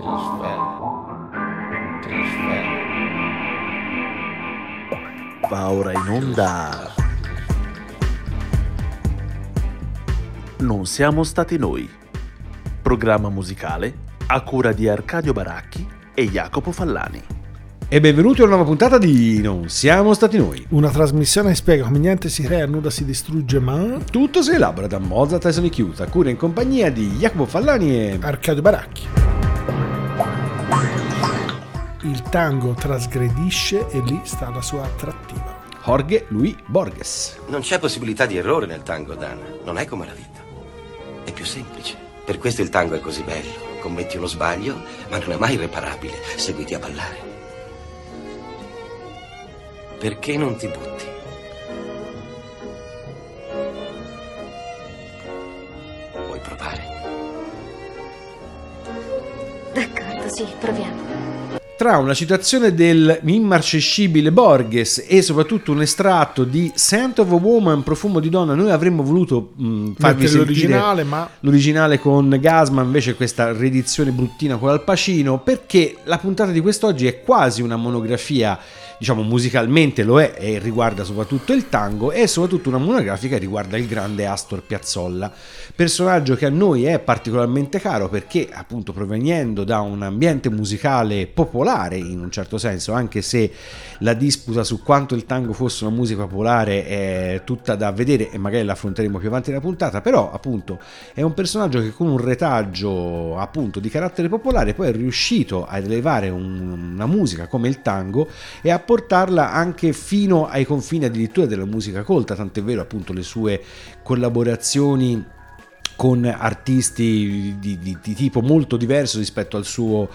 Va ora in onda. Non siamo stati noi. Programma musicale a cura di Arcadio Baracchi e Jacopo Fallani. E benvenuti a una nuova puntata di Non siamo stati noi. Una trasmissione che spiega come niente si crea, nulla si distrugge, ma Tutto si elabora da Mozart e Sony Chiusa, cura in compagnia di Jacopo Fallani e Arcadio Baracchi. Il tango trasgredisce e lì sta la sua attrattiva. Jorge Luis Borges. Non c'è possibilità di errore nel tango, Dan. Non è come la vita. È più semplice. Per questo il tango è così bello. Commetti uno sbaglio, ma non è mai irreparabile. Seguiti a ballare. Perché non ti butti? Vuoi provare? D'accordo, sì, proviamo. Tra una citazione del immarcescibile Borges e soprattutto un estratto di Scent of a Woman, profumo di donna, noi avremmo voluto farvi sentire l'originale, ma l'originale con Gasman, invece questa riedizione bruttina con Al Pacino, perché la puntata di quest'oggi è quasi una monografia, diciamo musicalmente lo è, e riguarda soprattutto il tango, e soprattutto una monografica che riguarda il grande Astor Piazzolla, personaggio che a noi è particolarmente caro perché appunto provenendo da un ambiente musicale popolare in un certo senso, anche se la disputa su quanto il tango fosse una musica popolare è tutta da vedere e magari la affronteremo più avanti nella puntata, però appunto è un personaggio che con un retaggio appunto di carattere popolare poi è riuscito a elevare una musica come il tango e a portarla anche fino ai confini addirittura della musica colta, tant'è vero appunto le sue collaborazioni con artisti di tipo molto diverso rispetto al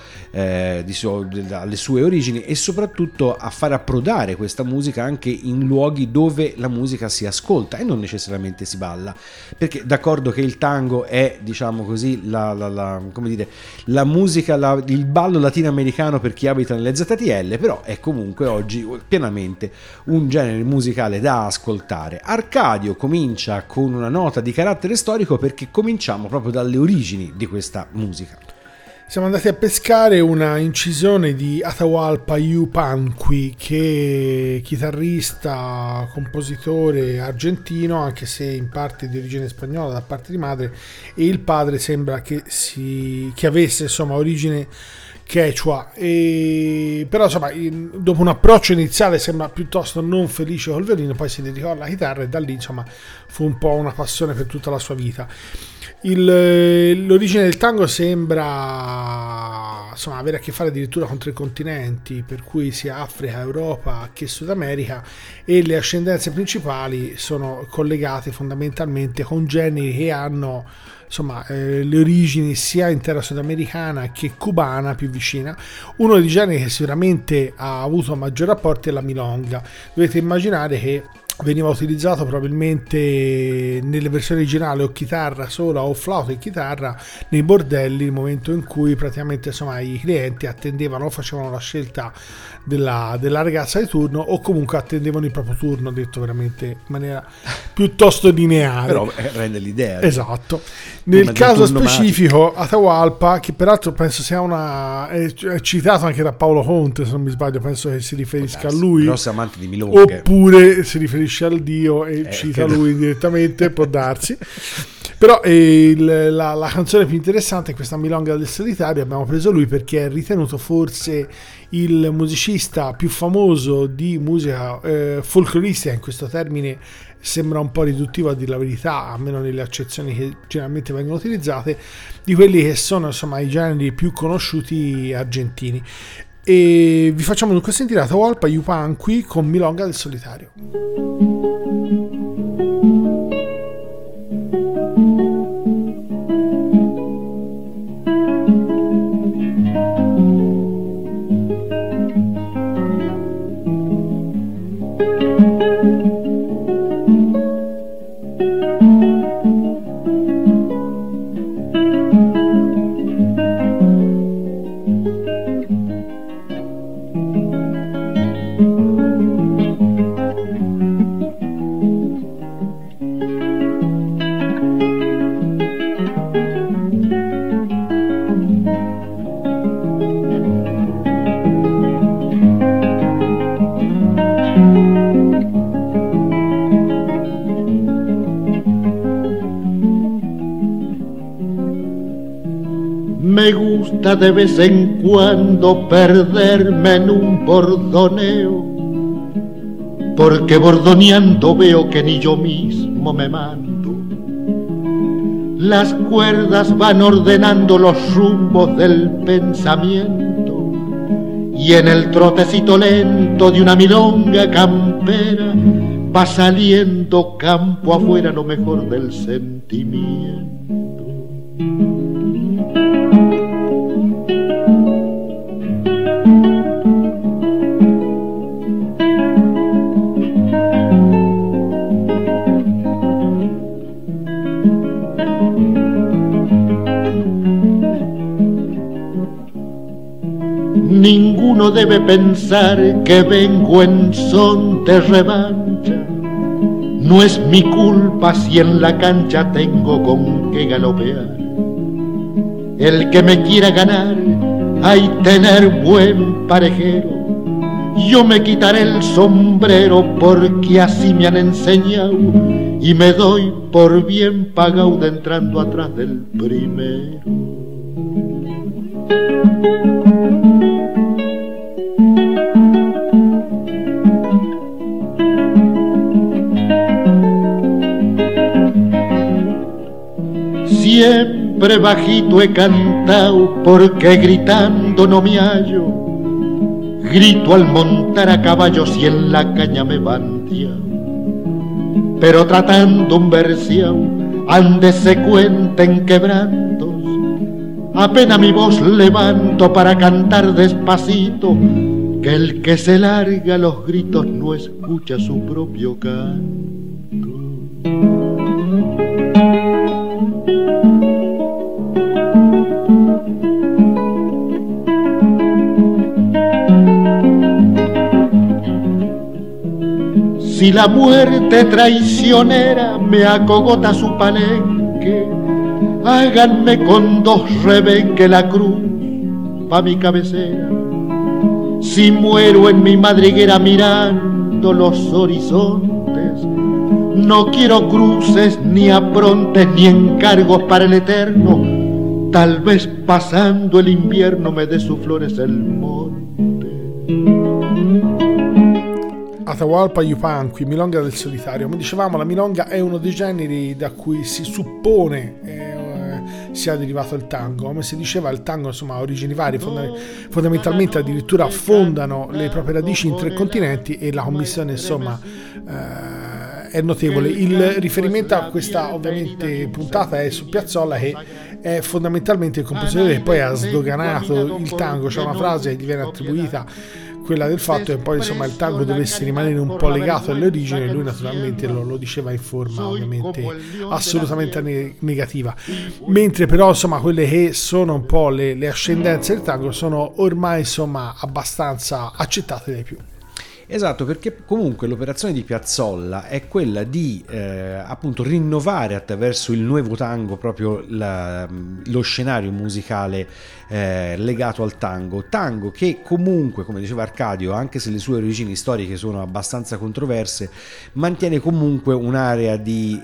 alle sue origini, e soprattutto a far approdare questa musica anche in luoghi dove la musica si ascolta e non necessariamente si balla, perché d'accordo che il tango è, diciamo così, come dire, la musica, il ballo latinoamericano per chi abita nelle ZTL, però è comunque oggi pienamente un genere musicale da ascoltare. Arcadio comincia con una nota di carattere storico perché cominciamo proprio dalle origini di questa musica. siamo andati a pescare una incisione di Atahualpa Yupanqui, che è chitarrista, compositore argentino, anche se in parte di origine spagnola da parte di madre, e il padre sembra che avesse insomma origine quechua, però insomma dopo un approccio iniziale sembra piuttosto non felice col violino, poi si dedicò alla chitarra e da lì insomma fu un po' una passione per tutta la sua vita. L'origine del tango sembra insomma avere a che fare addirittura con 3 continenti, per cui sia Africa, Europa che Sud America, e le ascendenze principali sono collegate fondamentalmente con generi che hanno insomma le origini sia in terra sudamericana che cubana più vicina. Uno dei generi che sicuramente ha avuto maggior rapporti è la milonga. Dovete immaginare che veniva utilizzato probabilmente nelle versioni originali o chitarra sola o flauto e chitarra nei bordelli, nel momento in cui praticamente insomma i clienti attendevano o facevano la scelta della ragazza di turno o comunque attendevano il proprio turno, detto veramente in maniera piuttosto lineare, però rende l'idea. Esatto. Nel caso specifico Atahualpa, che peraltro penso sia è citato anche da Paolo Conte se non mi sbaglio, penso che si riferisca a lui, grossi amanti di milonghe, oppure si riferisce al dio e cita lui direttamente, può darsi. Però la canzone più interessante è questa Milonga del Solitario. Abbiamo preso lui perché è ritenuto forse il musicista più famoso di musica folcloristica. In questo termine sembra un po' riduttivo a dire la verità, almeno nelle accezioni che generalmente vengono utilizzate, di quelli che sono insomma i generi più conosciuti argentini. E vi facciamo dunque sentire Atahualpa Yupanqui con Milonga del Solitario. Me gusta de vez en cuando perderme en un bordoneo, porque bordoneando veo que ni yo mismo me mando. Las cuerdas van ordenando los rumbos del pensamiento, y en el trotecito lento de una milonga campera va saliendo campo afuera lo mejor del sentimiento. Ninguno debe pensar que vengo en son de revancha. No es mi culpa si en la cancha tengo con qué galopear. El que me quiera ganar, hay tener buen parejero. Yo me quitaré el sombrero porque así me han enseñado, y me doy por bien pagado de entrando atrás del primero. Siempre bajito he cantado porque gritando no me hallo. Grito al montar a caballo si en la caña me bantea. Pero tratando un versiao, ande se cuenten quebrantos. Apenas mi voz levanto para cantar despacito, que el que se larga los gritos no escucha su propio canto. Si la muerte traicionera me acogota su palenque, háganme con dos rebenques la cruz pa' mi cabecera. Si muero en mi madriguera mirando los horizontes, no quiero cruces ni aprontes ni encargos para el eterno. Tal vez pasando el invierno me dé sus flores el monte. Atahualpa Yupanqui, Milonga del solitario. Come dicevamo, la milonga è uno dei generi da cui si suppone sia derivato il tango. Come si diceva, il tango insomma ha origini varie, fondamentalmente addirittura fondano le proprie radici in 3 continenti, e la commissione insomma è notevole. Il riferimento a questa ovviamente puntata è su Piazzolla, che è fondamentalmente il compositore che poi ha sdoganato il tango. C'è una frase che gli viene attribuita, quella del fatto che poi insomma il tango dovesse rimanere un po' legato alle origini. Lui naturalmente lo diceva in forma ovviamente assolutamente negativa, mentre però insomma quelle che sono un po' le ascendenze del tango sono ormai insomma abbastanza accettate dai più. Esatto, perché comunque l'operazione di Piazzolla è quella di appunto rinnovare attraverso il nuovo tango proprio lo scenario musicale legato al tango che comunque, come diceva Arcadio, anche se le sue origini storiche sono abbastanza controverse, mantiene comunque un'aurea di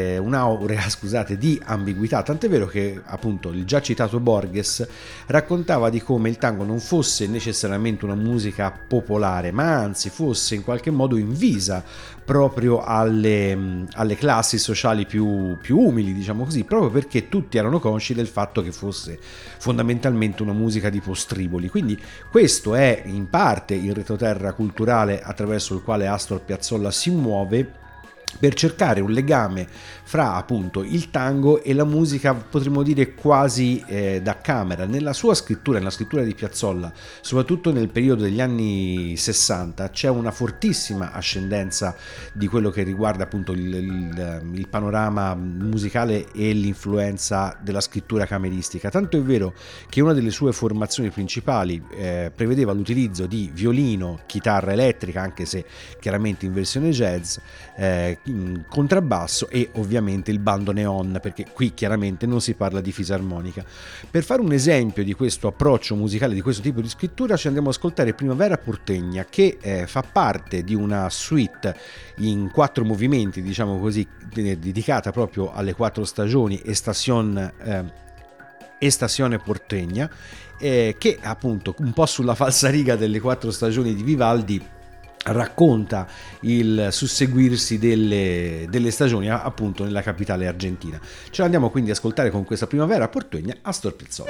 ambiguità, tant'è vero che appunto il già citato Borges raccontava di come il tango non fosse necessariamente una musica popolare, ma anzi fosse in qualche modo invisa proprio alle classi sociali più umili, diciamo così, proprio perché tutti erano consci del fatto che fosse fondamentalmente una musica di postriboli. Quindi questo è in parte il retroterra culturale attraverso il quale Astor Piazzolla si muove per cercare un legame fra appunto il tango e la musica, potremmo dire quasi da camera. Nella sua scrittura, nella scrittura di Piazzolla, soprattutto nel periodo degli anni 60, c'è una fortissima ascendenza di quello che riguarda appunto il panorama musicale e l'influenza della scrittura cameristica, tanto è vero che una delle sue formazioni principali prevedeva l'utilizzo di violino, chitarra elettrica, anche se chiaramente in versione jazz, contrabbasso e ovviamente il bandoneon, perché qui chiaramente non si parla di fisarmonica. Per fare un esempio di questo approccio musicale, di questo tipo di scrittura, ci andiamo ad ascoltare Primavera portegna, che fa parte di una suite in 4 movimenti, diciamo così, dedicata proprio alle 4 stagioni, Estación Estazione Portegna, che appunto un po' sulla falsariga delle 4 stagioni di Vivaldi racconta il susseguirsi delle stagioni appunto nella capitale argentina. Ce l'andiamo quindi a ascoltare con questa Primavera Portegna, Astor Piazzolla.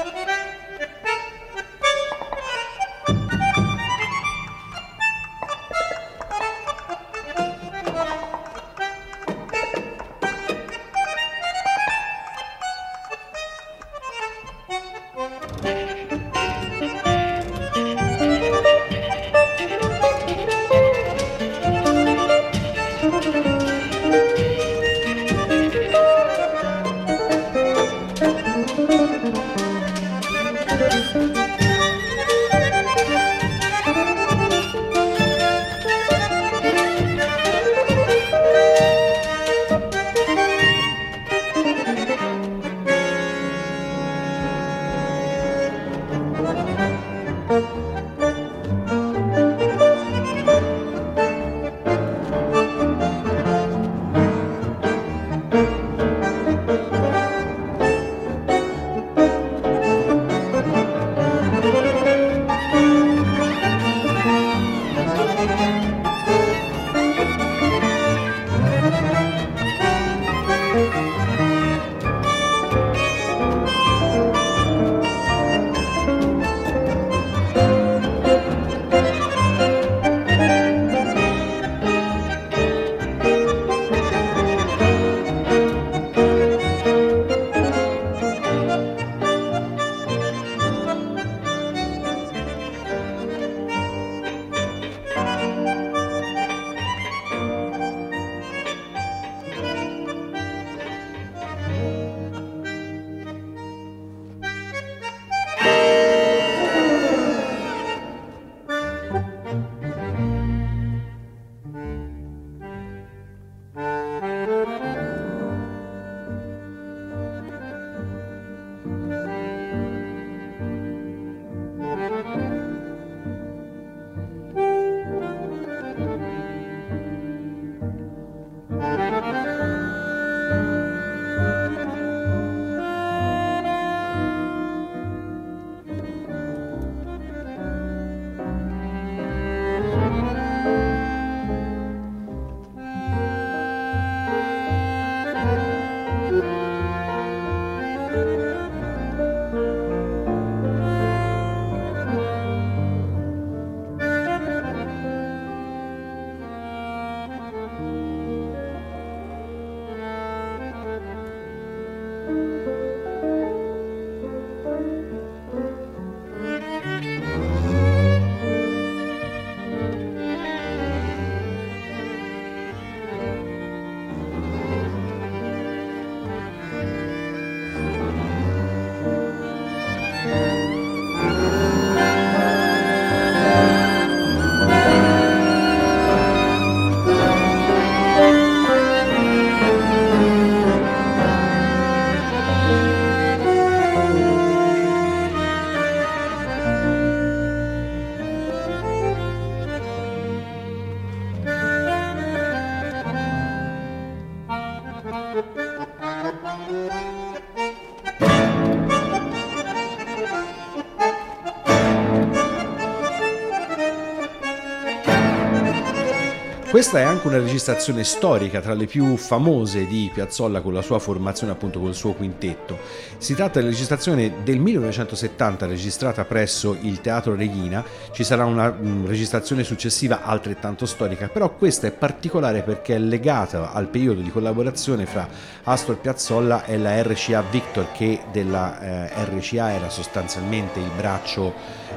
Questa è anche una registrazione storica tra le più famose di Piazzolla con la sua formazione, appunto col suo quintetto. Si tratta della registrazione del 1970 registrata presso il Teatro Regina. Ci sarà una registrazione successiva altrettanto storica, però questa è particolare perché è legata al periodo di collaborazione fra Astor Piazzolla e la RCA Victor, che della RCA era sostanzialmente il braccio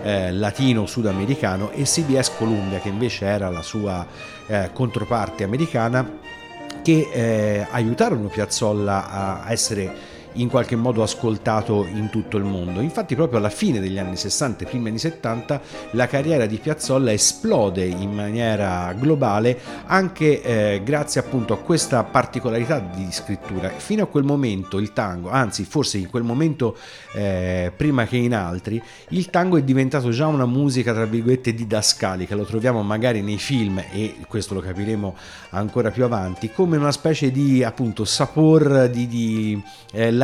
latino sudamericano, e CBS Columbia, che invece era la sua controparte americana, che aiutarono Piazzolla a essere in qualche modo ascoltato in tutto il mondo. Infatti proprio alla fine degli anni 60 e primi anni 70 la carriera di Piazzolla esplode in maniera globale, anche grazie appunto a questa particolarità di scrittura. Fino a quel momento il tango, anzi forse in quel momento prima che in altri, il tango è diventato già una musica tra virgolette didascalica. Lo troviamo magari nei film, e questo lo capiremo ancora più avanti, come una specie di appunto sapor di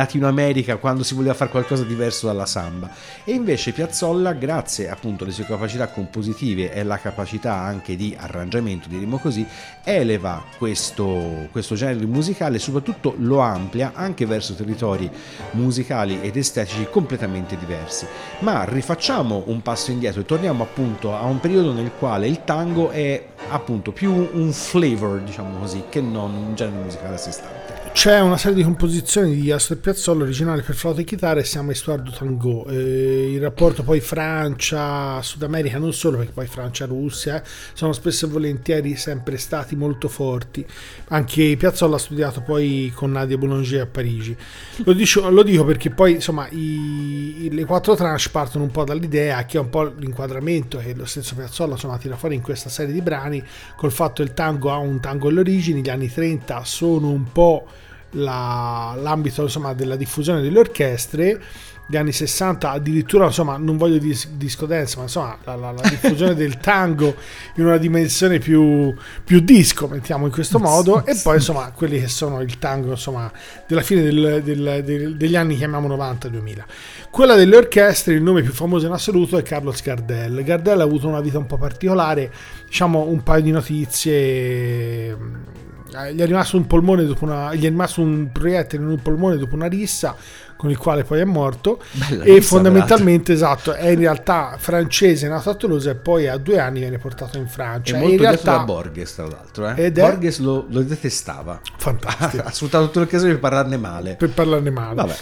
Latino America quando si voleva fare qualcosa di diverso dalla samba. E invece Piazzolla, grazie appunto alle sue capacità compositive e alla capacità anche di arrangiamento, diremo così, eleva questo genere musicale e soprattutto lo amplia anche verso territori musicali ed estetici completamente diversi. Ma rifacciamo un passo indietro e torniamo appunto a un periodo nel quale il tango è appunto più un flavor, diciamo così, che non un genere musicale a sé stante. C'è una serie di composizioni di Astor Piazzolla originali per flauto e chitarra e si chiama Histoire du Tango. Il rapporto poi Francia, Sud America, non solo, perché poi Francia e Russia sono spesso e volentieri sempre stati molto forti. Anche Piazzolla ha studiato poi con Nadia Boulanger a Parigi. Lo dico perché poi insomma le 4 tranche partono un po' dall'idea che è un po' l'inquadramento che lo stesso Piazzolla insomma tira fuori in questa serie di brani, col fatto che il tango ha un tango alle origini. Gli anni 30 sono un po' l'ambito insomma della diffusione delle orchestre, gli anni 60 addirittura insomma non voglio dire disco dance, ma insomma la diffusione del tango in una dimensione più disco, mettiamo in questo modo, e poi insomma quelli che sono il tango insomma della fine degli anni chiamiamo 90-2000. Quella delle orchestre, il nome più famoso in assoluto è Carlos Gardel. Gardel ha avuto una vita un po' particolare, diciamo un paio di notizie. Gli è rimasto un proiettile in un polmone dopo una rissa con il quale poi è morto. Bella e rissa, fondamentalmente esatto, è in realtà francese, nato a Toulouse e poi a 2 anni viene portato in Francia. È molto in realtà da Borges, tra l'altro, ed Borges lo detestava, fantastico, ha sfruttato tutte le occasioni per parlarne male. Vabbè.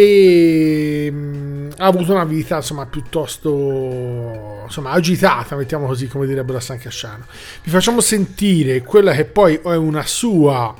E ha avuto una vita insomma piuttosto insomma agitata, mettiamo così, come direbbero a San Casciano. Vi facciamo sentire quella che poi è una sua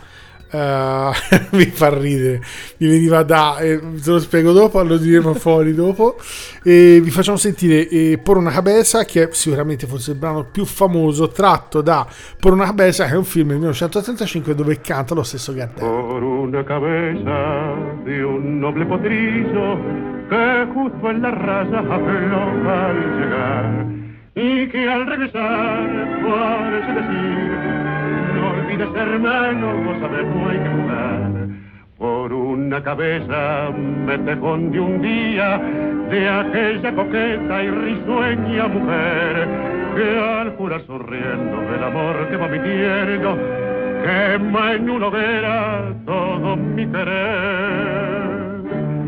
mi fa ridere, mi veniva te lo spiego dopo, lo diremo fuori dopo. E vi facciamo sentire Por una cabeza, che è sicuramente forse il brano più famoso tratto da Por una cabeza, che è un film del 1935 dove canta lo stesso Gardel. Por una cabeza de un noble potrillo que justo en la raza afloja al llegar y que al regresar parece decir: no olvides, hermano, vos sabés, no hay que jugar. Por una cabeza me tejón de un día de aquella coqueta y risueña mujer que al jurar sonriendo del amor que va mintiendo quema en una hoguera todo mi querer.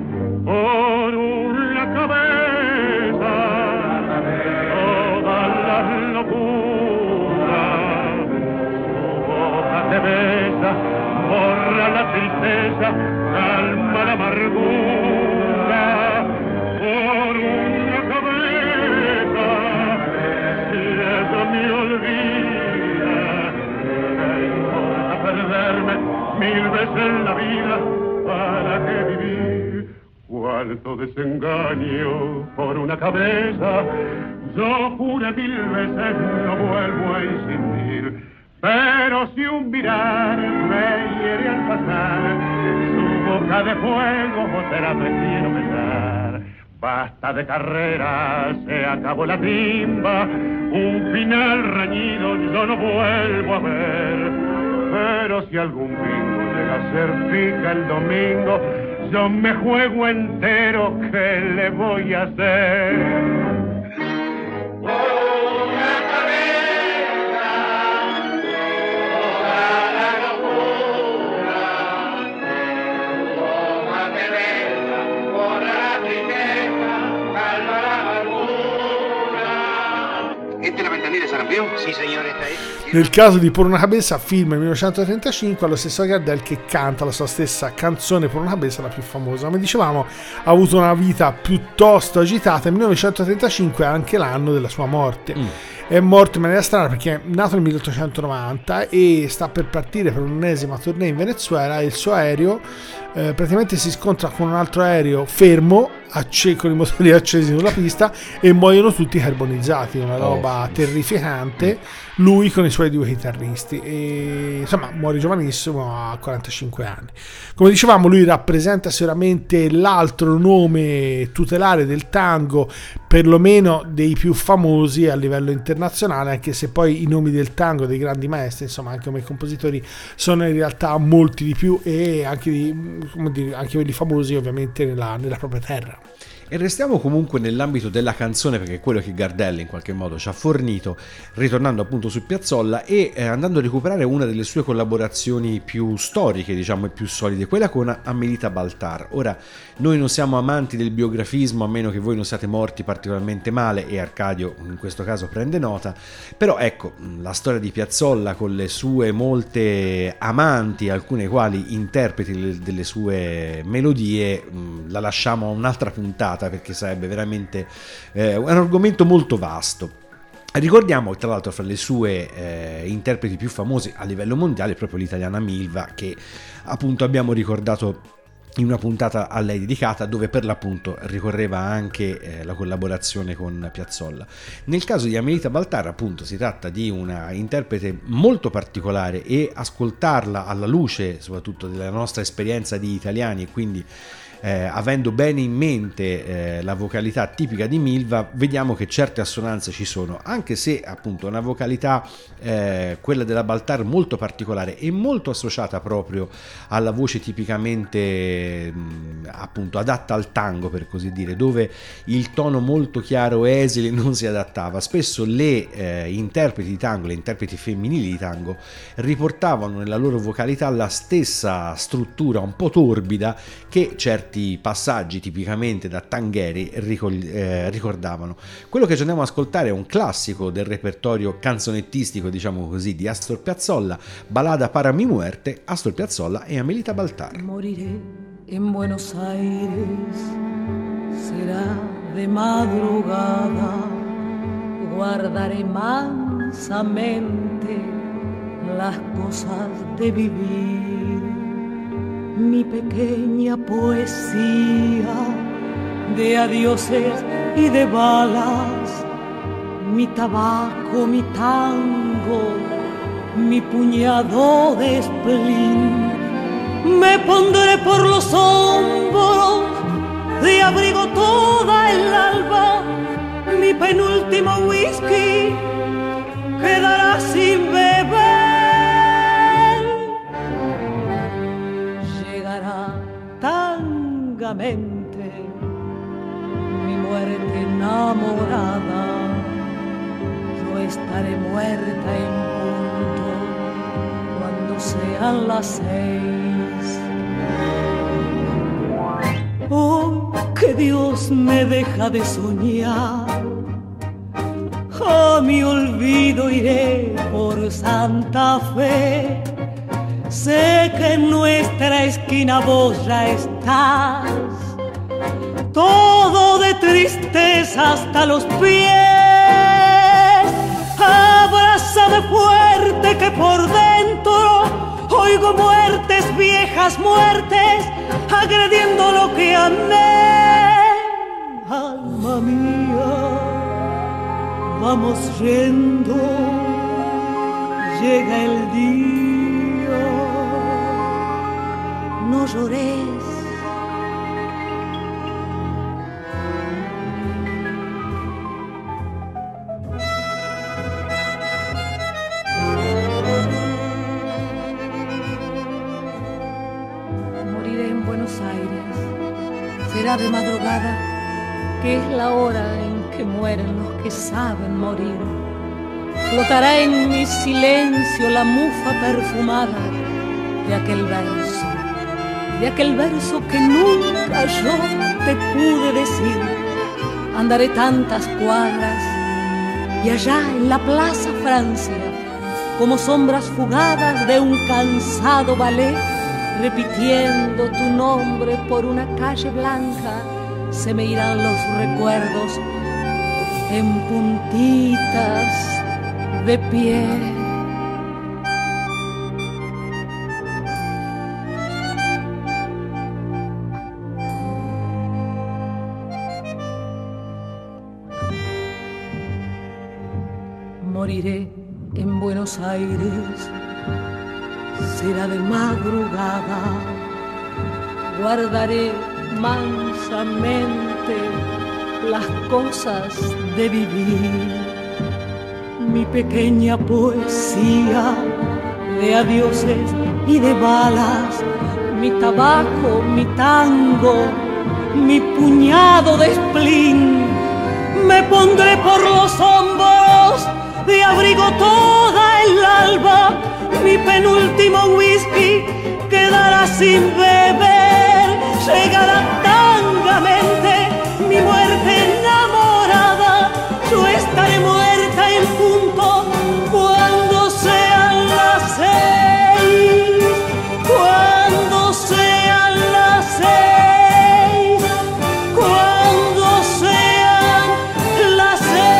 Por una cabeza toda la locura te besa, borra la tristeza, calma la amargura. Por una cabeza, si eso me olvida, ¿qué importa perderme 1000 veces en la vida? ¿Para qué vivir? Cuánto desengaño por una cabeza, yo juré 1000 veces no vuelvo a insistir. Pero si un mirar me hiere al pasar, su boca de fuego será quiero besar. Basta de carrera, se acabó la timba, un final reñido yo no vuelvo a ver. Pero si algún bingo llega a ser pica el domingo, yo me juego entero, ¿qué le voy a hacer? Sì, signore. Nel caso di Por una cabeza, film del 1935, lo stesso Gardel che canta la sua stessa canzone Por una cabeza, la più famosa. Come dicevamo, ha avuto una vita piuttosto agitata. Nel 1935 è anche l'anno della sua morte. È morto in maniera strana perché è nato nel 1890 e sta per partire per un'ennesima tournée in Venezuela e il suo aereo praticamente si scontra con un altro aereo fermo con i motori accesi sulla pista e muoiono tutti carbonizzati, una roba terrificante. accompagnante, lui con i suoi 2 chitarristi, e insomma muore giovanissimo a 45 anni. Come dicevamo, lui rappresenta sicuramente l'altro nome tutelare del tango, perlomeno dei più famosi a livello internazionale, anche se poi i nomi del tango, dei grandi maestri, insomma anche come compositori, sono in realtà molti di più, e anche, anche quelli famosi ovviamente nella propria terra. E restiamo comunque nell'ambito della canzone, perché è quello che Gardel in qualche modo ci ha fornito, ritornando appunto su Piazzolla e andando a recuperare una delle sue collaborazioni più storiche, diciamo, e più solide, quella con Amelita Baltar. Ora, noi non siamo amanti del biografismo, a meno che voi non siate morti particolarmente male, e Arcadio in questo caso prende nota, però ecco, la storia di Piazzolla con le sue molte amanti, alcune quali interpreti delle sue melodie, la lasciamo a un'altra puntata, perché sarebbe veramente un argomento molto vasto. Ricordiamo tra l'altro fra le sue interpreti più famosi a livello mondiale proprio l'italiana Milva, che appunto abbiamo ricordato in una puntata a lei dedicata, dove per l'appunto ricorreva anche la collaborazione con Piazzolla. Nel caso di Amelita Baltar appunto si tratta di una interprete molto particolare, e ascoltarla alla luce soprattutto della nostra esperienza di italiani, e quindi avendo bene in mente la vocalità tipica di Milva, vediamo che certe assonanze ci sono, anche se appunto una vocalità, quella della Baltar, molto particolare e molto associata proprio alla voce tipicamente appunto adatta al tango, per così dire, dove il tono molto chiaro e esile non si adattava. Spesso le interpreti di tango, le interpreti femminili di tango, riportavano nella loro vocalità la stessa struttura un po' torbida che certi passaggi tipicamente da tangheri ricordavano. Quello che ci andiamo ad ascoltare è un classico del repertorio canzonettistico, diciamo così, di Astor Piazzolla, Balada para mi muerte, Astor Piazzolla e Amelita Baltar. Moriré en Buenos Aires, será de madrugada, guardaré mansamente las cosas de vivir, mi pequeña poesía de adioses y de balas, mi tabaco, mi tango, mi puñado de spleen. Me pondré por los hombros de abrigo toda el alba, mi penúltimo whisky quedará sin beber. Tangamente mi muerte enamorada, yo estaré muerta en punto cuando sean las 6. Oh, que Dios me deja de soñar, a mi olvido iré por Santa Fe. Sé que en nuestra esquina vos ya estás, todo de tristeza hasta los pies. Abrázame fuerte que por dentro oigo muertes, viejas muertes, agrediendo lo que amé. Alma mía, vamos yendo, llega el día. No llores, moriré en Buenos Aires, será de madrugada, que es la hora en que mueren los que saben morir. Flotará en mi silencio la mufa perfumada de aquel verso que nunca yo te pude decir. Andaré tantas cuadras y allá en la Plaza Francia, como sombras fugadas de un cansado ballet, repitiendo tu nombre por una calle blanca, se me irán los recuerdos en puntitas de pie. moriré en Buenos Aires. Será de madrugada, guardaré mansamente las cosas de vivir. Mi pequeña poesía de adioses y de balas, mi tabaco, mi tango, mi puñado de spleen. Me pondré por los hombros, de abrigo toda el alba. Mi penúltimo whisky quedará sin beber. Llegará tangamente mi muerte enamorada. Yo estaré muerta en punto cuando sean las 6. Cuando sean las 6. Cuando sean las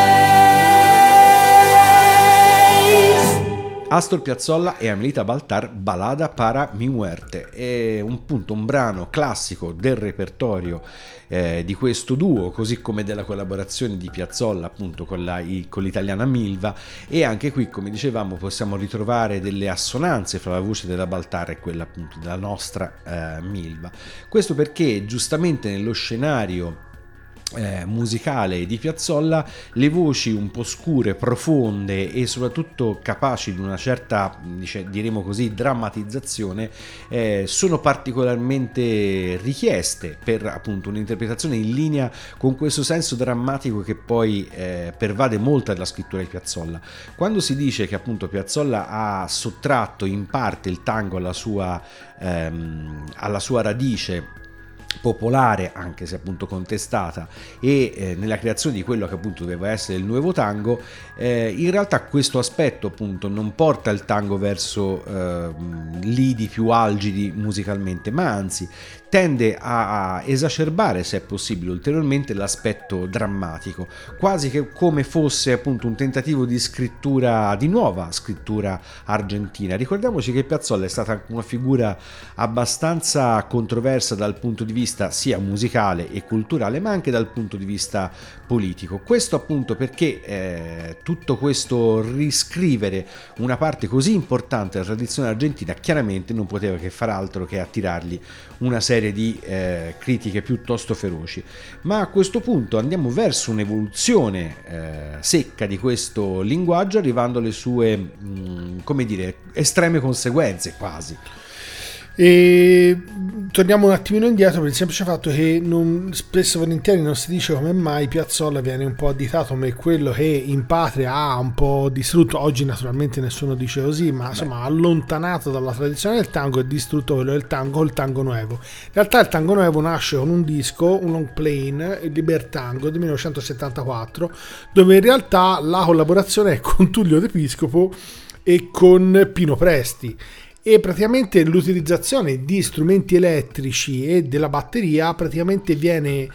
6. Astor Piazzolla e Amelita Baltar, Balada para mi muerte, è un brano classico del repertorio di questo duo, così come della collaborazione di Piazzolla appunto con l'italiana Milva, e anche qui, come dicevamo, possiamo ritrovare delle assonanze fra la voce della Baltar e quella appunto della nostra Milva. Questo perché giustamente nello scenario musicale di Piazzolla le voci un po' scure, profonde e soprattutto capaci di una certa, diremo così, drammatizzazione sono particolarmente richieste per appunto un'interpretazione in linea con questo senso drammatico che poi pervade molta della scrittura di Piazzolla. Quando si dice che appunto Piazzolla ha sottratto in parte il tango alla sua radice popolare, anche se appunto contestata, e nella creazione di quello che appunto doveva essere il nuovo tango, in realtà questo aspetto appunto non porta il tango verso lidi più algidi musicalmente, ma anzi tende a esacerbare, se è possibile, ulteriormente l'aspetto drammatico, quasi che come fosse appunto un tentativo di scrittura, di nuova scrittura argentina. Ricordiamoci che Piazzolla è stata una figura abbastanza controversa dal punto di vista sia musicale e culturale, ma anche dal punto di vista politico. Questo appunto perché tutto questo riscrivere una parte così importante della tradizione argentina chiaramente non poteva che far altro che attirargli una serie di critiche piuttosto feroci. Ma a questo punto andiamo verso un'evoluzione secca di questo linguaggio, arrivando alle sue estreme conseguenze quasi. E torniamo un attimino indietro per il semplice fatto che spesso e volentieri non si dice come mai Piazzolla viene un po' additato come quello che in patria ha un po' distrutto, oggi naturalmente nessuno dice così, ma insomma allontanato dalla tradizione del tango e distrutto quello del tango, il tango nuevo. In realtà il tango nuovo nasce con un disco, un long plane, il Libertango del 1974, dove in realtà la collaborazione è con Tullio De Piscopo e con Pino Presti, e praticamente l'utilizzazione di strumenti elettrici e della batteria praticamente viene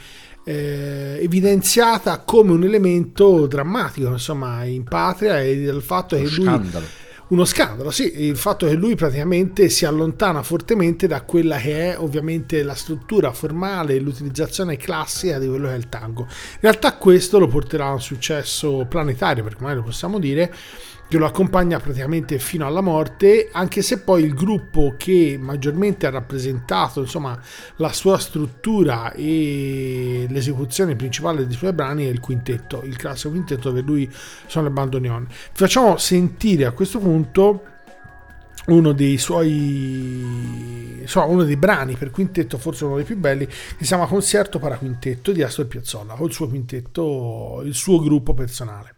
evidenziata come un elemento drammatico, insomma, in patria, e del fatto che uno scandalo, sì, il fatto che lui praticamente si allontana fortemente da quella che è ovviamente la struttura formale, l'utilizzazione classica di quello che è il tango. In realtà questo lo porterà a un successo planetario, perché ormai lo possiamo dire, che lo accompagna praticamente fino alla morte, anche se poi il gruppo che maggiormente ha rappresentato insomma la sua struttura e l'esecuzione principale dei suoi brani è il quintetto, il classico quintetto dove lui sono le bandoneon. Vi facciamo sentire a questo punto uno dei brani per quintetto, forse uno dei più belli, che si chiama Concerto para Quintetto di Astor Piazzolla, col suo quintetto, il suo gruppo personale.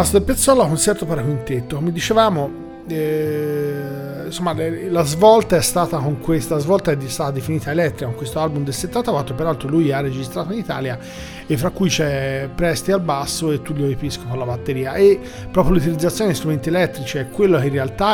Astor Piazzolla, concerto per quintetto. Come dicevamo, insomma, la svolta è stata stata definita elettrica con questo album del 74. Peraltro lui ha registrato in Italia, e fra cui c'è Presti al basso e Tullio Episcopo alla batteria, e proprio l'utilizzazione di strumenti elettrici è quello che in realtà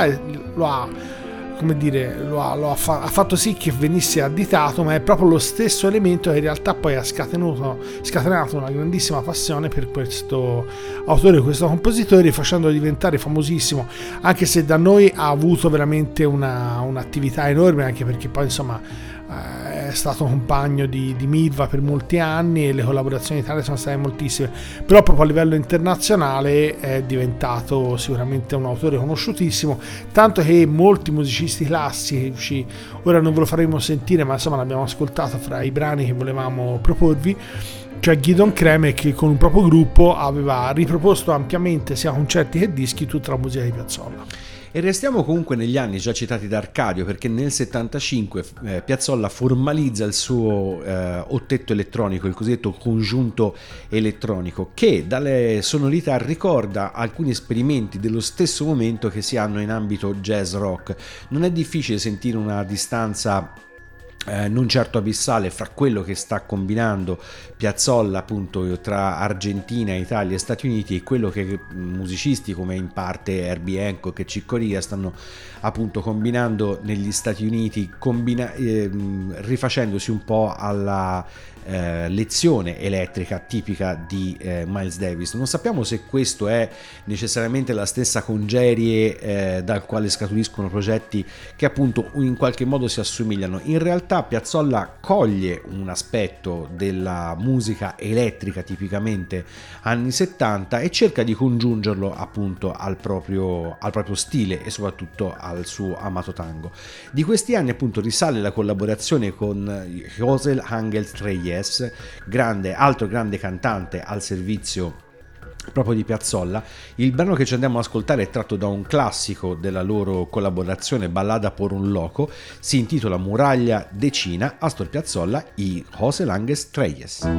ha fatto sì che venisse additato, ma è proprio lo stesso elemento che in realtà poi ha scatenato una grandissima passione per questo autore, questo compositore, facendolo diventare famosissimo, anche se da noi ha avuto veramente un'attività enorme, anche perché poi insomma è stato compagno di Milva per molti anni e le collaborazioni in Italia sono state moltissime, però proprio a livello internazionale è diventato sicuramente un autore conosciutissimo, tanto che molti musicisti classici, ora non ve lo faremo sentire, ma insomma l'abbiamo ascoltato fra i brani che volevamo proporvi, cioè Gidon Kremek, che con un proprio gruppo aveva riproposto ampiamente sia concerti che dischi tutta la musica di Piazzolla. E restiamo comunque negli anni già citati da Arcadio, perché nel 75 Piazzolla formalizza il suo ottetto elettronico, il cosiddetto congiunto elettronico, che dalle sonorità ricorda alcuni esperimenti dello stesso momento che si hanno in ambito jazz rock. Non è difficile sentire una distanza non certo abissale fra quello che sta combinando Piazzolla appunto tra Argentina, Italia e Stati Uniti e quello che musicisti come in parte Herbie Hancock e Chick Corea stanno appunto combinando negli Stati Uniti, rifacendosi un po' alla lezione elettrica tipica di Miles Davis. Non sappiamo se questo è necessariamente la stessa congerie dal quale scaturiscono progetti che appunto in qualche modo si assomigliano. In realtà Piazzolla coglie un aspetto della musica elettrica tipicamente anni 70 e cerca di congiungerlo appunto al proprio stile e soprattutto al suo amato tango. Di questi anni appunto risale la collaborazione con José Ángel Reyes, altro grande cantante al servizio proprio di Piazzolla. Il brano che ci andiamo ad ascoltare è tratto da un classico della loro collaborazione, Ballada por un loco, si intitola Muraglia de China, Astor Piazzolla y José Ángel Reyes.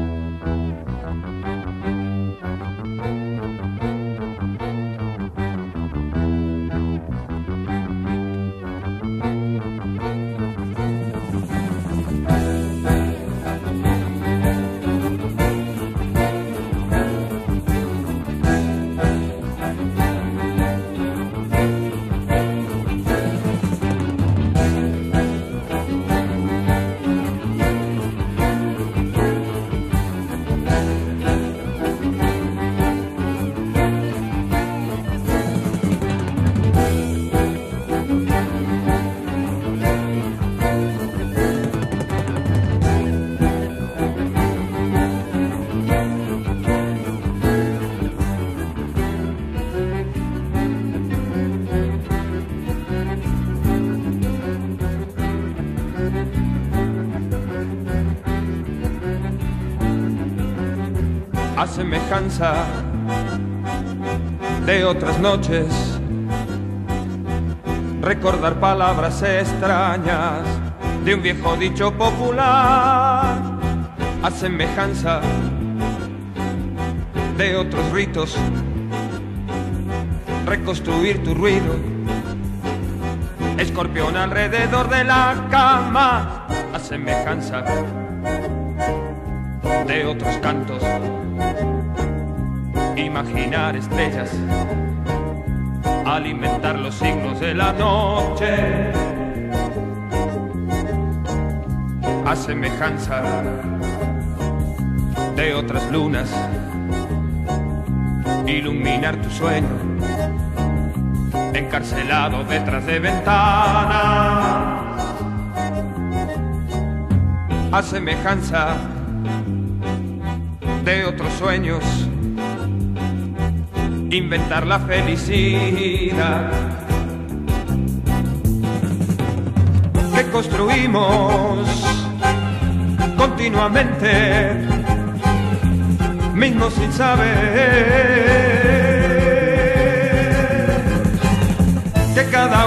A semejanza de otras noches, recordar palabras extrañas de un viejo dicho popular. A semejanza de otros ritos, reconstruir tu ruido. Escorpión alrededor de la cama. A semejanza de otros cantos, imaginar estrellas, alimentar los signos de la noche. A semejanza de otras lunas, iluminar tu sueño, encarcelado detrás de ventanas. A semejanza de otros sueños, inventar la felicidad que construimos continuamente, mismo sin saber que cada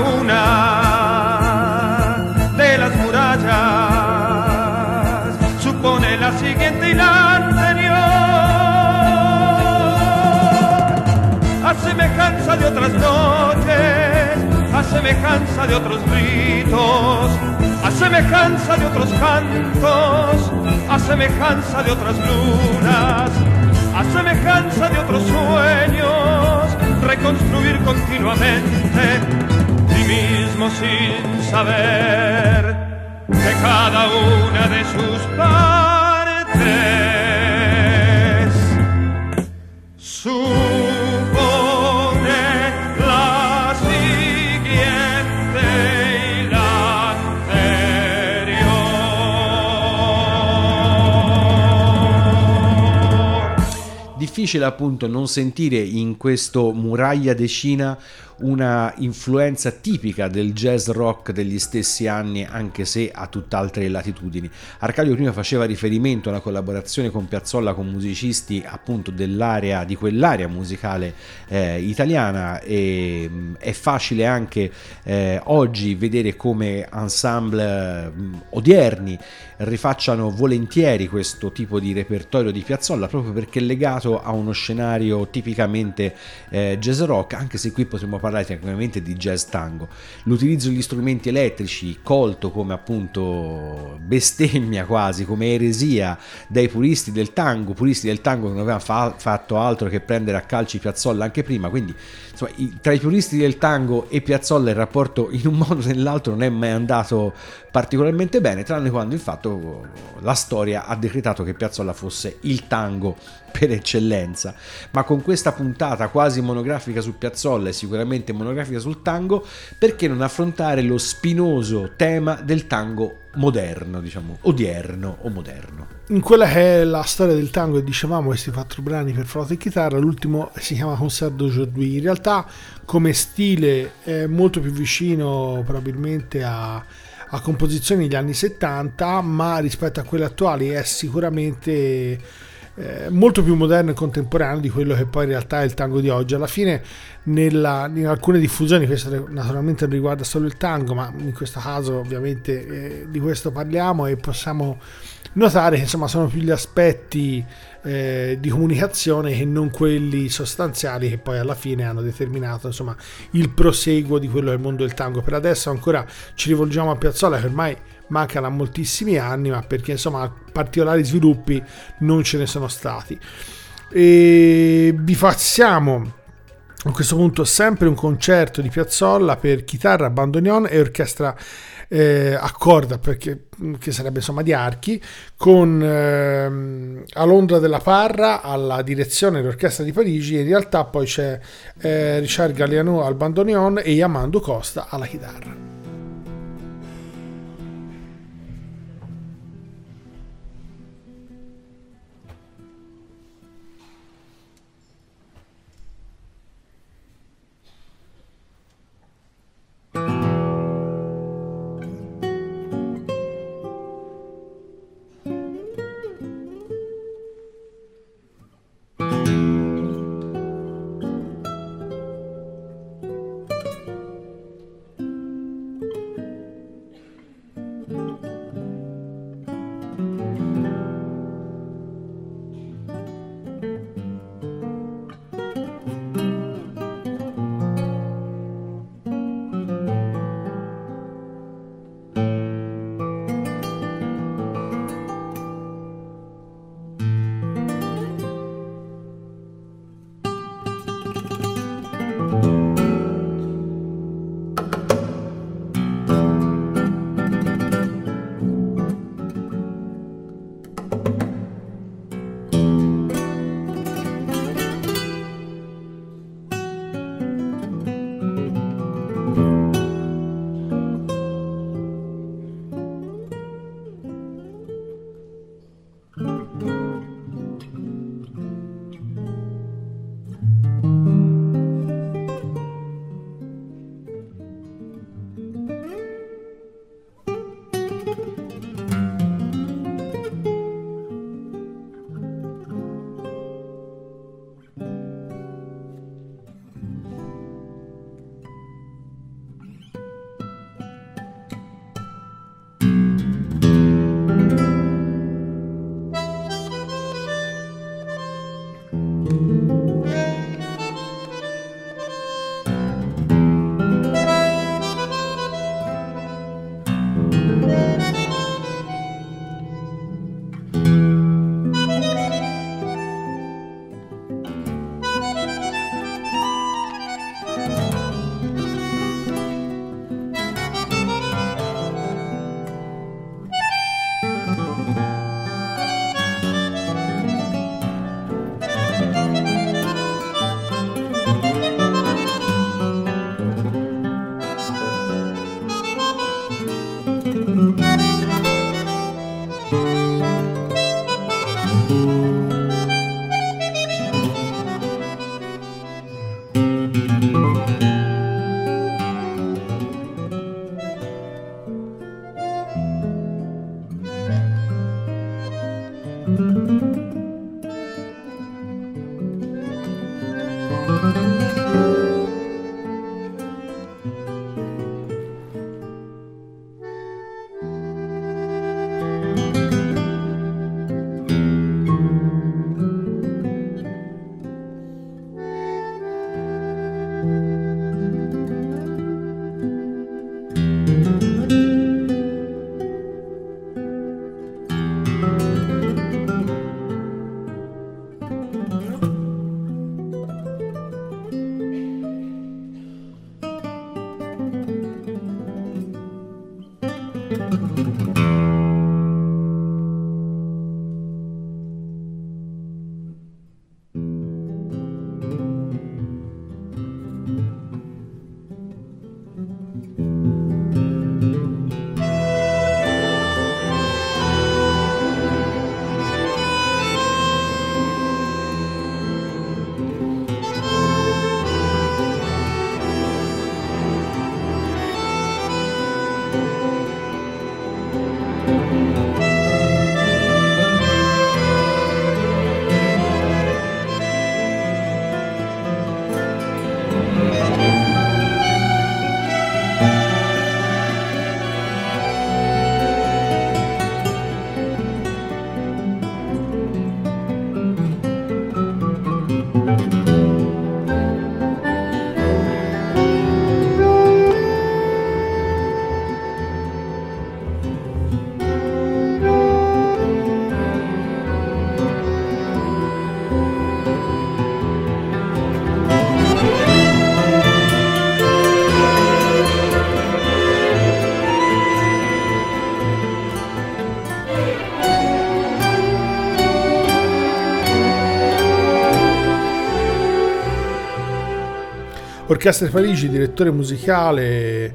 una de las murallas supone la siguiente y la anterior. A semejanza de otras noches, a semejanza de otros gritos, a semejanza de otros cantos, a semejanza de otras lunas, a semejanza de otros sueños, reconstruir continuamente ti mismo sin saber que cada una de sus partes supone la siguiente y la anterior. Difficile appunto non sentire in questo Muraglia de Cina una influenza tipica del jazz rock degli stessi anni, anche se a tutt'altre latitudini. Arcadio prima faceva riferimento a una collaborazione con Piazzolla con musicisti appunto dell'area, di quell'area musicale italiana, e è facile anche oggi vedere come ensemble odierni rifacciano volentieri questo tipo di repertorio di Piazzolla, proprio perché è legato a uno scenario tipicamente jazz rock, anche se qui potremmo parlare tecnicamente di jazz tango. L'utilizzo degli strumenti elettrici, colto come appunto bestemmia, quasi come eresia dai puristi del tango che non avevano fatto altro che prendere a calci Piazzolla anche prima, quindi insomma, tra i puristi del tango e Piazzolla il rapporto in un modo o nell'altro non è mai andato particolarmente bene, tranne quando il fatto la storia ha decretato che Piazzolla fosse il tango per eccellenza. Ma con questa puntata quasi monografica su Piazzolla e sicuramente monografica sul tango, perché non affrontare lo spinoso tema del tango moderno, diciamo odierno o moderno? In quella che è la storia del tango, e dicevamo questi 4 brani per flauto e chitarra, l'ultimo si chiama Concert d'aujourd'hui. In realtà come stile è molto più vicino probabilmente a composizioni degli anni 70, ma rispetto a quelle attuali è sicuramente molto più moderno e contemporaneo di quello che poi in realtà è il tango di oggi. Alla fine in alcune diffusioni, questo naturalmente non riguarda solo il tango, ma in questo caso ovviamente di questo parliamo, e possiamo notare che insomma sono più gli aspetti di comunicazione che non quelli sostanziali che poi alla fine hanno determinato insomma il proseguo di quello che è il mondo del tango. Per adesso ancora ci rivolgiamo a Piazzolla, che ormai mancano a moltissimi anni, ma perché insomma particolari sviluppi non ce ne sono stati. E vi passiamo a questo punto sempre un concerto di Piazzolla per chitarra, bandoneon e orchestra a corda, perché che sarebbe insomma di archi, con Alondra della Parra alla direzione dell'orchestra di Parigi, e in realtà poi c'è Richard Galliano al bandoneon e Yamando Costa alla chitarra. Orchestra di Parigi, direttore musicale,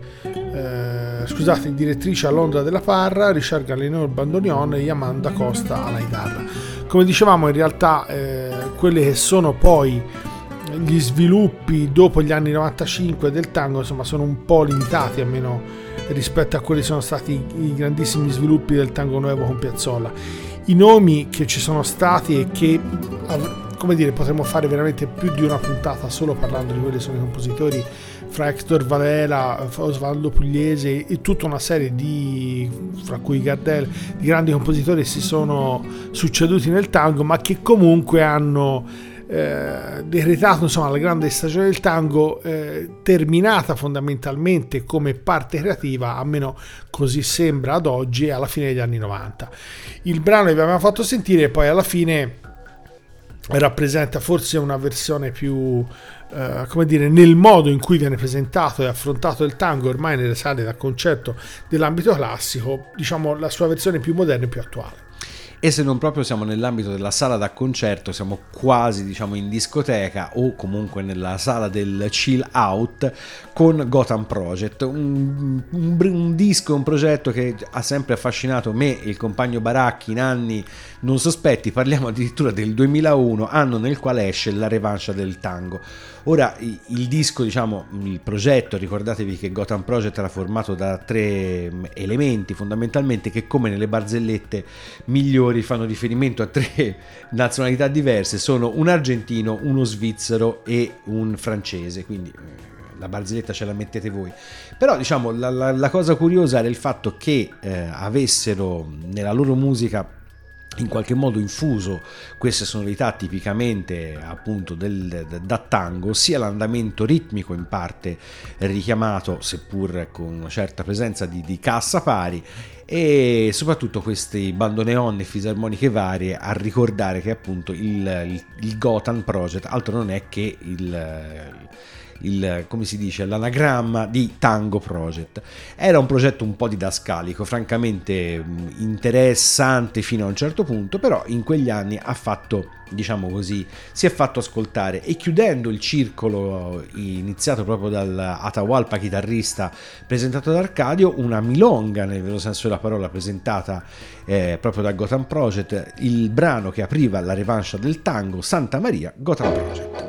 direttrice a Londra della Parra, Richard Galliano al bandoneon e Amanda Costa alla chitarra. Come dicevamo, in realtà quelli che sono poi gli sviluppi dopo gli anni 95 del tango, insomma, sono un po' limitati, almeno rispetto a quelli che sono stati i grandissimi sviluppi del tango nuovo con Piazzolla. I nomi che ci sono stati e che, come dire, potremmo fare veramente più di una puntata solo parlando di quelli che sono i compositori, fra Hector Varela, Osvaldo Pugliese e tutta una serie di, fra cui Gardel, di grandi compositori si sono succeduti nel tango, ma che comunque hanno decretato, insomma, la grande stagione del tango, terminata fondamentalmente come parte creativa, almeno così sembra ad oggi, alla fine degli anni 90. Il brano che vi abbiamo fatto sentire poi alla fine rappresenta forse una versione più, come dire, nel modo in cui viene presentato e affrontato il tango ormai nelle sale da concerto dell'ambito classico, diciamo la sua versione più moderna e più attuale. E se non proprio siamo nell'ambito della sala da concerto, siamo quasi, diciamo, in discoteca o comunque nella sala del chill out con Gotham Project, un disco, un progetto che ha sempre affascinato me e il compagno Baracchi in anni non sospetti. Parliamo addirittura del 2001, anno nel quale esce La Revanche del Tango. Ora il disco, diciamo, il progetto, ricordatevi che Gotham Project era formato da 3 elementi fondamentalmente che, come nelle barzellette migliori, fanno riferimento a 3 nazionalità diverse, sono un argentino, uno svizzero e un francese, quindi la barzelletta ce la mettete voi. Però, diciamo, la cosa curiosa era il fatto che avessero nella loro musica in qualche modo infuso queste sonorità tipicamente appunto da tango, sia l'andamento ritmico in parte richiamato, seppur con una certa presenza di cassa pari, e soprattutto questi bandoneon e fisarmoniche varie a ricordare che appunto il Gotham Project altro non è che come si dice, l'anagramma di Tango Project. Era un progetto un po' didascalico, francamente interessante fino a un certo punto, però in quegli anni ha fatto, diciamo così, si è fatto ascoltare, e chiudendo il circolo iniziato proprio dal Atahualpa chitarrista presentato da Arcadio, una milonga nel vero senso della parola presentata proprio da Gotham Project, il brano che apriva La Revanche del Tango, Santa Maria, Gotham Project.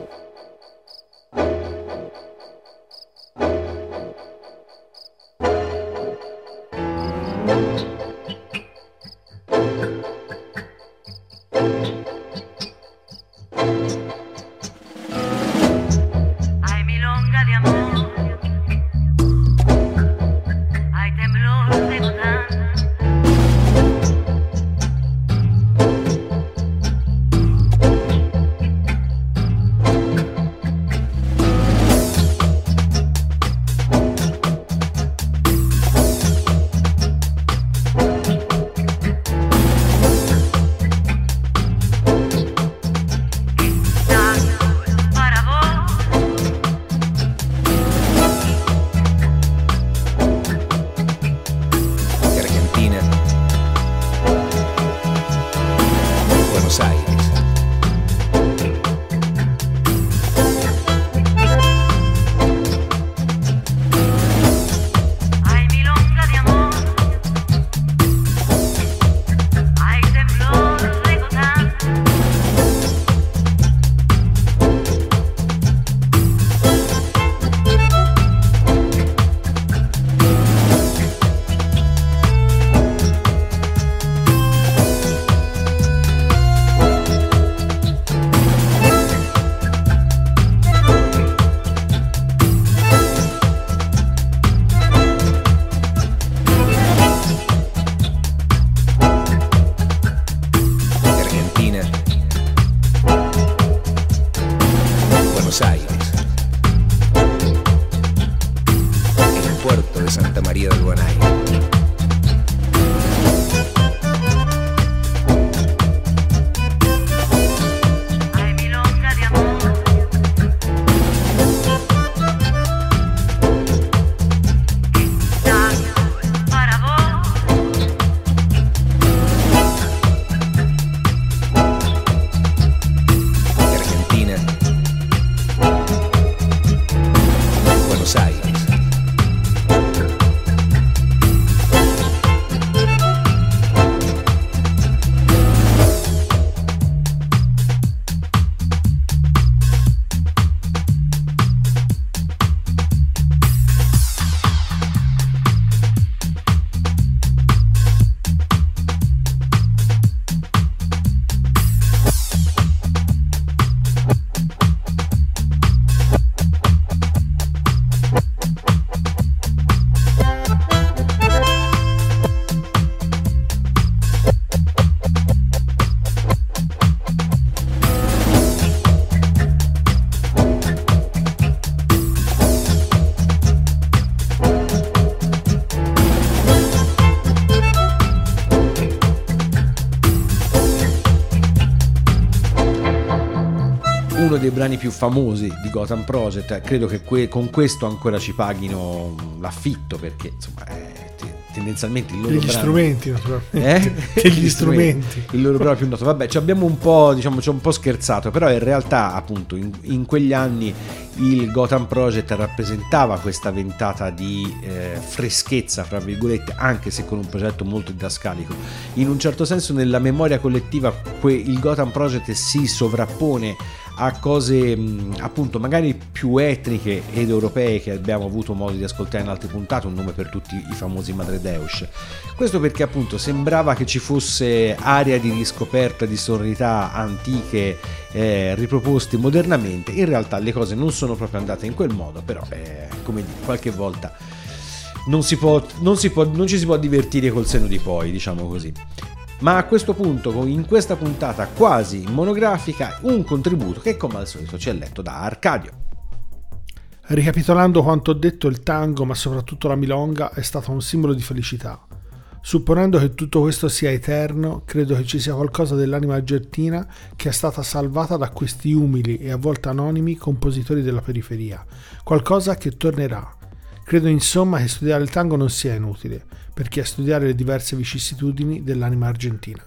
dei brani più famosi di Gotham Project. Credo che con questo ancora ci paghino l'affitto, perché insomma tendenzialmente il loro degli brano... strumenti, naturalmente. Degli strumenti. Il loro brano più noto. Vabbè, ci abbiamo un po', diciamo, ci ho un po' scherzato, però in realtà appunto in quegli anni il Gotham Project rappresentava questa ventata di freschezza, fra virgolette, anche se con un progetto molto didascalico. In un certo senso nella memoria collettiva il Gotham Project si sovrappone a cose appunto magari più etniche ed europee che abbiamo avuto modo di ascoltare in altre puntate, un nome per tutti i famosi Madre Deus. Questo perché appunto sembrava che ci fosse aria di riscoperta di sonorità antiche riproposte modernamente. In realtà le cose non sono proprio andate in quel modo, però come dire, qualche volta non ci si può divertire col senno di poi, diciamo così. Ma a questo punto, in questa puntata quasi monografica, un contributo che come al solito ci è letto da Arcadio. Ricapitolando quanto ho detto, il tango, ma soprattutto la milonga, è stato un simbolo di felicità. Supponendo che tutto questo sia eterno, credo che ci sia qualcosa dell'anima argentina che è stata salvata da questi umili e a volte anonimi compositori della periferia, qualcosa che tornerà. Credo insomma che studiare il tango non sia inutile, perché è studiare le diverse vicissitudini dell'anima argentina.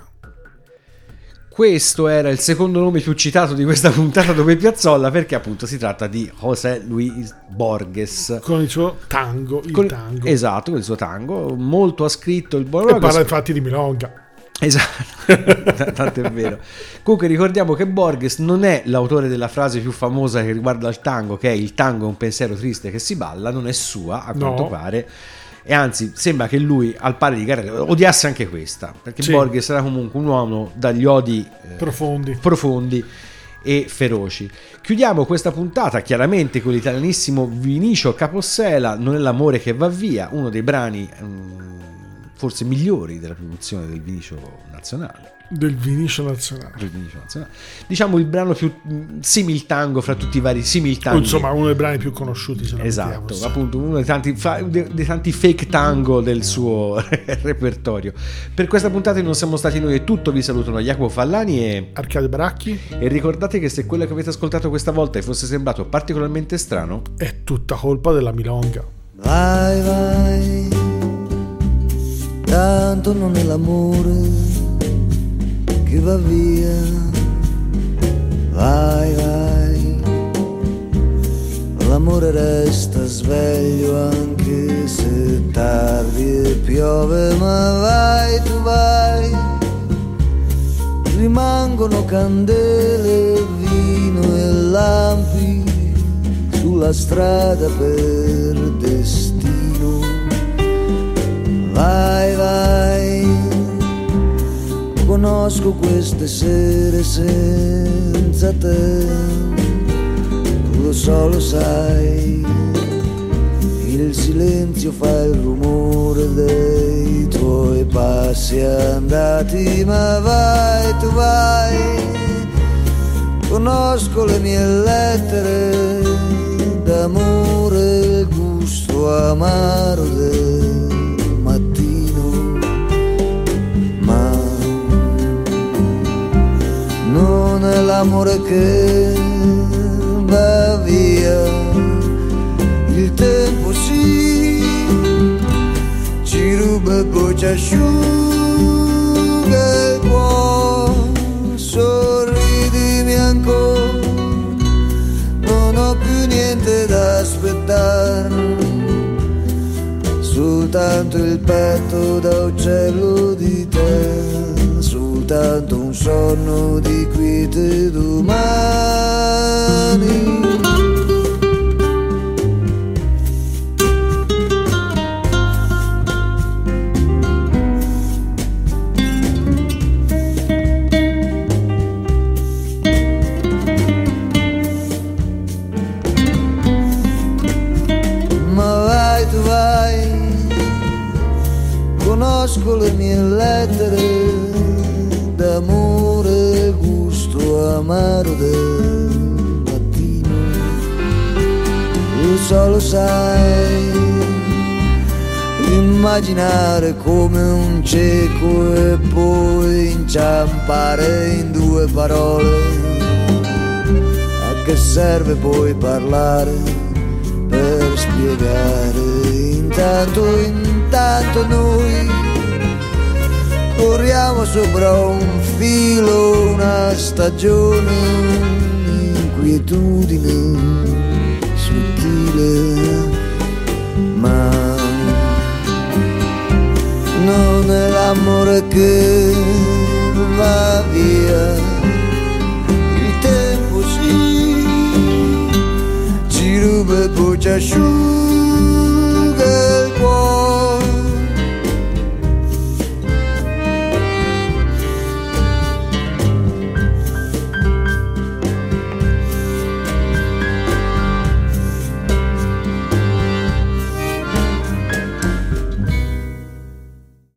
Questo era il secondo nome più citato di questa puntata Dove Piazzolla, perché appunto si tratta di José Luis Borges. Con il suo tango, tango. Esatto, con il suo tango, molto ha scritto il buon Borges. E parla infatti di milonga. Esatto, tanto è vero. Comunque ricordiamo che Borges non è l'autore della frase più famosa che riguarda il tango, che è "il tango è un pensiero triste che si balla", non è sua a quanto pare, e anzi sembra che lui, al pari di Carrera, odiasse anche questa, perché sì, Borges era comunque un uomo dagli odi profondi e feroci. Chiudiamo questa puntata chiaramente con l'italianissimo Vinicio Capossela, "Non è l'amore che va via", uno dei brani forse migliori della produzione del Vinicio nazionale. Del Vinicio nazionale. Diciamo il brano più simil tango fra tutti i vari simil tango. Insomma, uno dei brani più conosciuti. Esatto, appunto uno dei tanti fake tango del suo repertorio. Per questa puntata non siamo stati noi, è tutto. Vi salutano Jacopo Fallani e Arcadio Baracchi. E ricordate che se quello che avete ascoltato questa volta vi fosse sembrato particolarmente strano, è tutta colpa della milonga. Vai, vai, tanto non è l'amore che va via, vai, vai, l'amore resta sveglio anche se tardi e piove, ma vai, tu vai, rimangono candele, vino e lampi sulla strada per destino, vai, vai, conosco queste sere senza te, lo so, lo sai, il silenzio fa il rumore dei tuoi passi andati, ma vai, tu vai, conosco le mie lettere d'amore, il gusto amaro del mattino, ma non è l'amore che va via, il tempo sì, ci ruba e poi ci asciuga il cuore, sorridimi ancora, non ho più niente da aspettare, soltanto il petto da uccello di te, soltanto un sonno di quiete domani. Ma vai, tu vai, conosco le mie lettere d'amore, gusto amaro del mattino, lo so, lo sai, immaginare come un cieco e poi inciampare in due parole, che serve poi parlare per spiegare. Intanto noi corriamo sopra un filo, una stagione, un'inquietudine sottile, ma non è l'amore che va via, il tempo sì ci ruba e poi ci asciuga.